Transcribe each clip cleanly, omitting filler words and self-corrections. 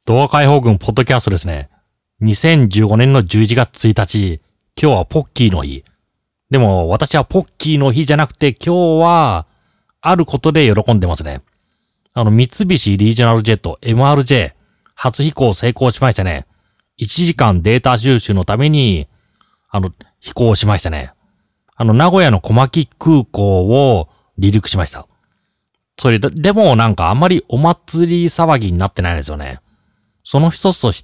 動画解放軍ポッドキャストですね。2015年の11月1日、今日はポッキーの日。でも私はポッキーの日じゃなくて今日は、あることで喜んでますね。三菱リージョナルジェット MRJ 初飛行成功しましたね。1時間データ収集のために、飛行しましたね。名古屋の小牧空港を離陸しました。それでもなんかあんまりお祭り騒ぎになってないですよね。その一つとして、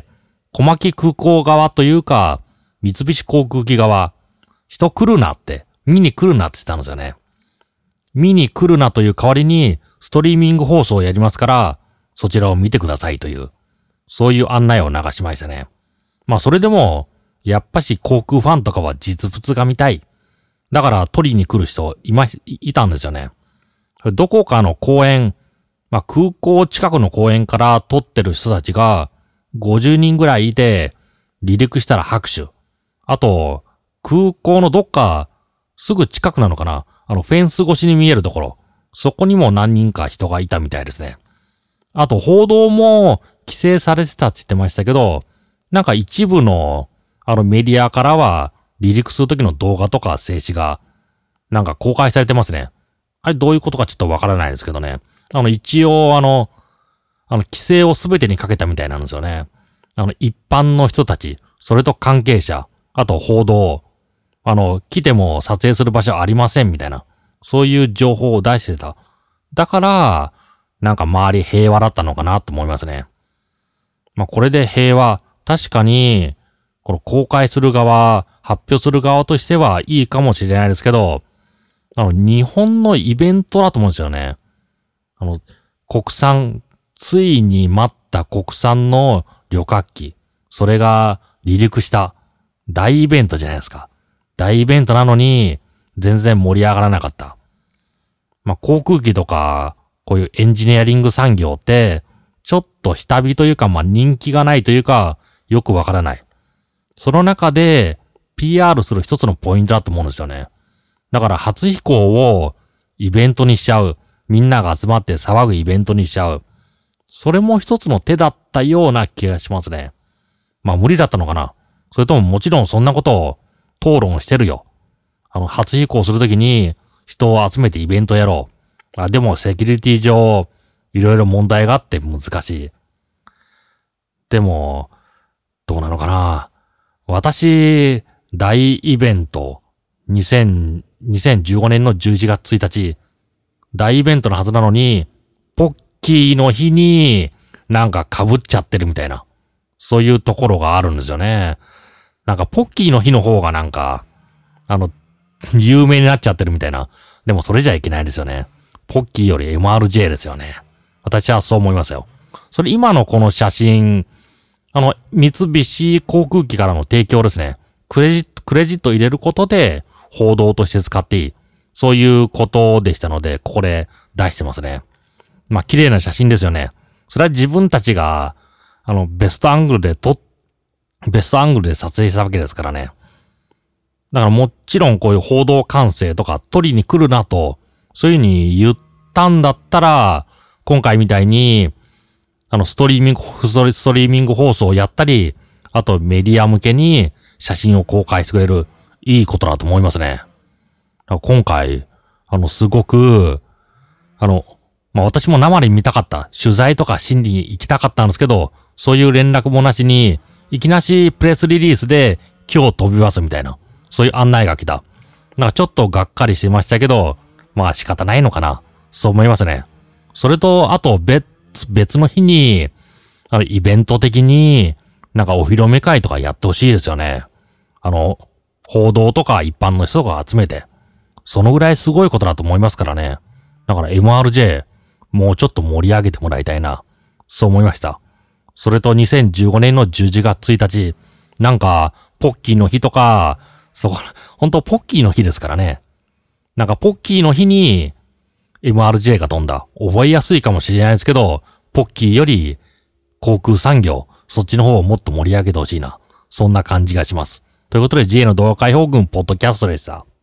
小牧空港側というか、三菱航空機側、人来るなって、見に来るなって言ってたんですよね。見に来るなという代わりに、ストリーミング放送をやりますから、そちらを見てくださいという、そういう案内を流しましたね。まあそれでも、やっぱし航空ファンとかは実物が見たい。だから撮りに来る人いたんですよね。どこかの公園、まあ空港近くの公園から撮ってる人たちが50人ぐらいいて、離陸したら拍手。あと、空港のどっかすぐ近くなのかな、フェンス越しに見えるところ。そこにも何人か人がいたみたいですね。あと報道も規制されてたって言ってましたけど、なんか一部のメディアからは離陸するときの動画とか静止がなんか公開されてますね。あれどういうことかちょっとわからないですけどね。一応規制をすべてにかけたみたいなんですよね。一般の人たち、それと関係者、あと報道、来ても撮影する場所ありませんみたいな、そういう情報を出してた。だから、なんか周り平和だったのかなと思いますね。まあこれで平和、確かに、この公開する側、発表する側としてはいいかもしれないですけど、日本のイベントだと思うんですよね。国産、ついに待った国産の旅客機、それが離陸した大イベントじゃないですか。大イベントなのに、全然盛り上がらなかった。まあ、航空機とか、こういうエンジニアリング産業って、ちょっと下火というか、まあ、人気がないというか、よくわからない。その中で、PR する一つのポイントだと思うんですよね。だから初飛行をイベントにしちゃう。みんなが集まって騒ぐイベントにしちゃう。それも一つの手だったような気がしますね。まあ無理だったのかな。それとももちろんそんなことを討論してるよ。初飛行するときに人を集めてイベントやろう。でもセキュリティ上いろいろ問題があって難しい。でも、どうなのかな。私、大イベント、2015年の11月1日、大イベントのはずなのに、ポッキーの日になんか被っちゃってるみたいな、そういうところがあるんですよね。なんかポッキーの日の方がなんか、有名になっちゃってるみたいな。でもそれじゃいけないですよね。ポッキーより MRJ ですよね。私はそう思いますよ。それ今のこの写真、三菱航空機からの提供ですね。クレジット入れることで報道として使っていい。そういうことでしたので、ここで出してますね。まあ、綺麗な写真ですよね。それは自分たちが、ベストアングルで撮影したわけですからね。だからもちろんこういう報道管制とか取りに来るなと、そういう風に言ったんだったら、今回みたいに、ストリーミング放送をやったり、あとメディア向けに写真を公開してくれる、いいことだと思いますね。今回、すごく、まあ、私も生で見たかった。取材とかしに行きたかったんですけど、そういう連絡もなしに、いきなしプレスリリースで今日飛びますみたいな、そういう案内が来た。なんかちょっとがっかりしてましたけど、まあ仕方ないのかな。そう思いますね。それと、あと別の日に、イベント的に、なんかお披露目会とかやってほしいですよね。報道とか一般の人が集めて。そのぐらいすごいことだと思いますからね。だから MRJ、もうちょっと盛り上げてもらいたいな。そう思いました。それと2015年の11月1日、なんか、ポッキーの日とか、本当ポッキーの日ですからね。なんかポッキーの日に MRJ が飛んだ。覚えやすいかもしれないですけど、ポッキーより航空産業、そっちの方をもっと盛り上げてほしいな。そんな感じがします。ということで GA の動画解放軍ポッドキャストでした。